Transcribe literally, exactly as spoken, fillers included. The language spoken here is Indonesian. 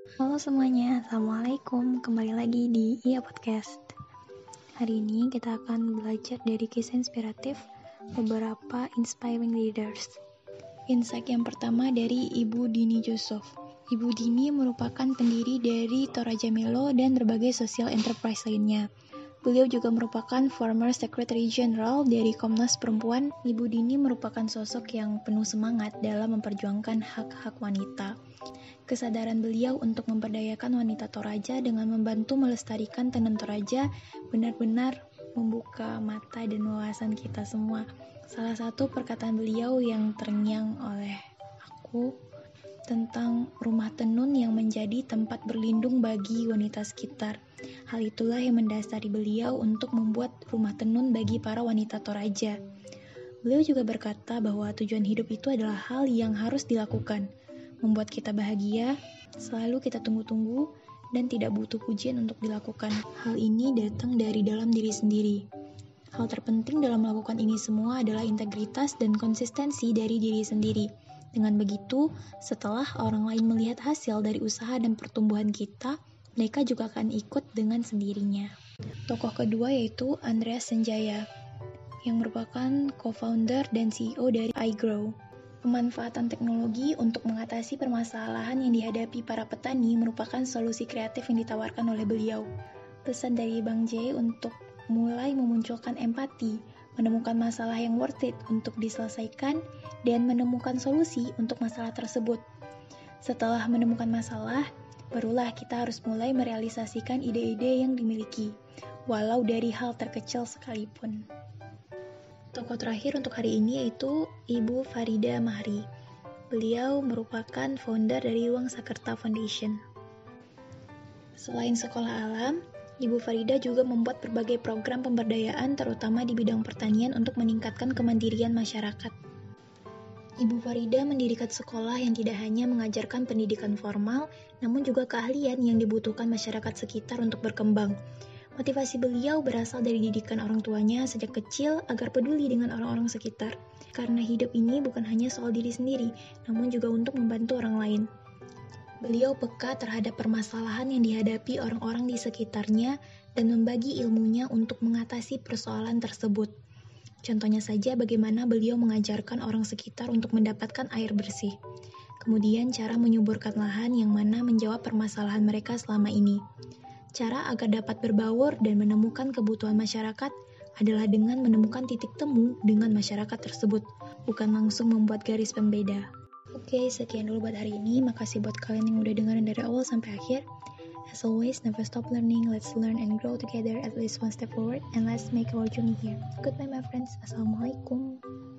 Halo semuanya, Assalamualaikum. Kembali lagi di I A Podcast. Hari ini kita akan belajar dari kisah inspiratif beberapa inspiring leaders. Insight yang pertama dari Ibu Dini Yusuf. Ibu Dini merupakan pendiri dari Toraja Melo dan berbagai social enterprise lainnya. Beliau juga merupakan former Secretary General dari Komnas Perempuan. Ibu Dini merupakan sosok yang penuh semangat dalam memperjuangkan hak-hak wanita. Kesadaran beliau untuk memberdayakan wanita Toraja dengan membantu melestarikan tenun Toraja benar-benar membuka mata dan wawasan kita semua. Salah satu perkataan beliau yang terngiang oleh aku tentang rumah tenun yang menjadi tempat berlindung bagi wanita sekitar. Hal itulah yang mendasari beliau untuk membuat rumah tenun bagi para wanita Toraja. Beliau juga berkata bahwa tujuan hidup itu adalah hal yang harus dilakukan, membuat kita bahagia, selalu kita tunggu-tunggu, dan tidak butuh pujian untuk dilakukan. Hal ini datang dari dalam diri sendiri. Hal terpenting dalam melakukan ini semua adalah integritas dan konsistensi dari diri sendiri. Dengan begitu, setelah orang lain melihat hasil dari usaha dan pertumbuhan kita, mereka juga akan ikut dengan sendirinya. Tokoh kedua yaitu Andreas Sanjaya, yang merupakan co-founder dan C E O dari iGrow. Pemanfaatan teknologi untuk mengatasi permasalahan yang dihadapi para petani merupakan solusi kreatif yang ditawarkan oleh beliau. Pesan dari Bang J untuk mulai memunculkan empati, menemukan masalah yang worth it untuk diselesaikan, dan menemukan solusi untuk masalah tersebut. Setelah menemukan masalah, barulah kita harus mulai merealisasikan ide-ide yang dimiliki, walau dari hal terkecil sekalipun. Tokoh terakhir untuk hari ini yaitu Ibu Farida Mahri. Beliau merupakan founder dari Ruang Sakerta Foundation. Selain sekolah alam, Ibu Farida juga membuat berbagai program pemberdayaan terutama di bidang pertanian untuk meningkatkan kemandirian masyarakat. Ibu Farida mendirikan sekolah yang tidak hanya mengajarkan pendidikan formal, namun juga keahlian yang dibutuhkan masyarakat sekitar untuk berkembang. Motivasi beliau berasal dari didikan orang tuanya sejak kecil agar peduli dengan orang-orang sekitar. Karena hidup ini bukan hanya soal diri sendiri, namun juga untuk membantu orang lain. Beliau peka terhadap permasalahan yang dihadapi orang-orang di sekitarnya dan membagi ilmunya untuk mengatasi persoalan tersebut. Contohnya saja bagaimana beliau mengajarkan orang sekitar untuk mendapatkan air bersih. Kemudian cara menyuburkan lahan yang mana menjawab permasalahan mereka selama ini. Cara agar dapat berbaur dan menemukan kebutuhan masyarakat adalah dengan menemukan titik temu dengan masyarakat tersebut, bukan langsung membuat garis pembeda. Oke, sekian dulu buat hari ini. Makasih buat kalian yang udah dengerin dari awal sampai akhir. As always, never stop learning. Let's learn and grow together at least one step forward, and let's make our journey here. Goodbye, my friends. Assalamualaikum.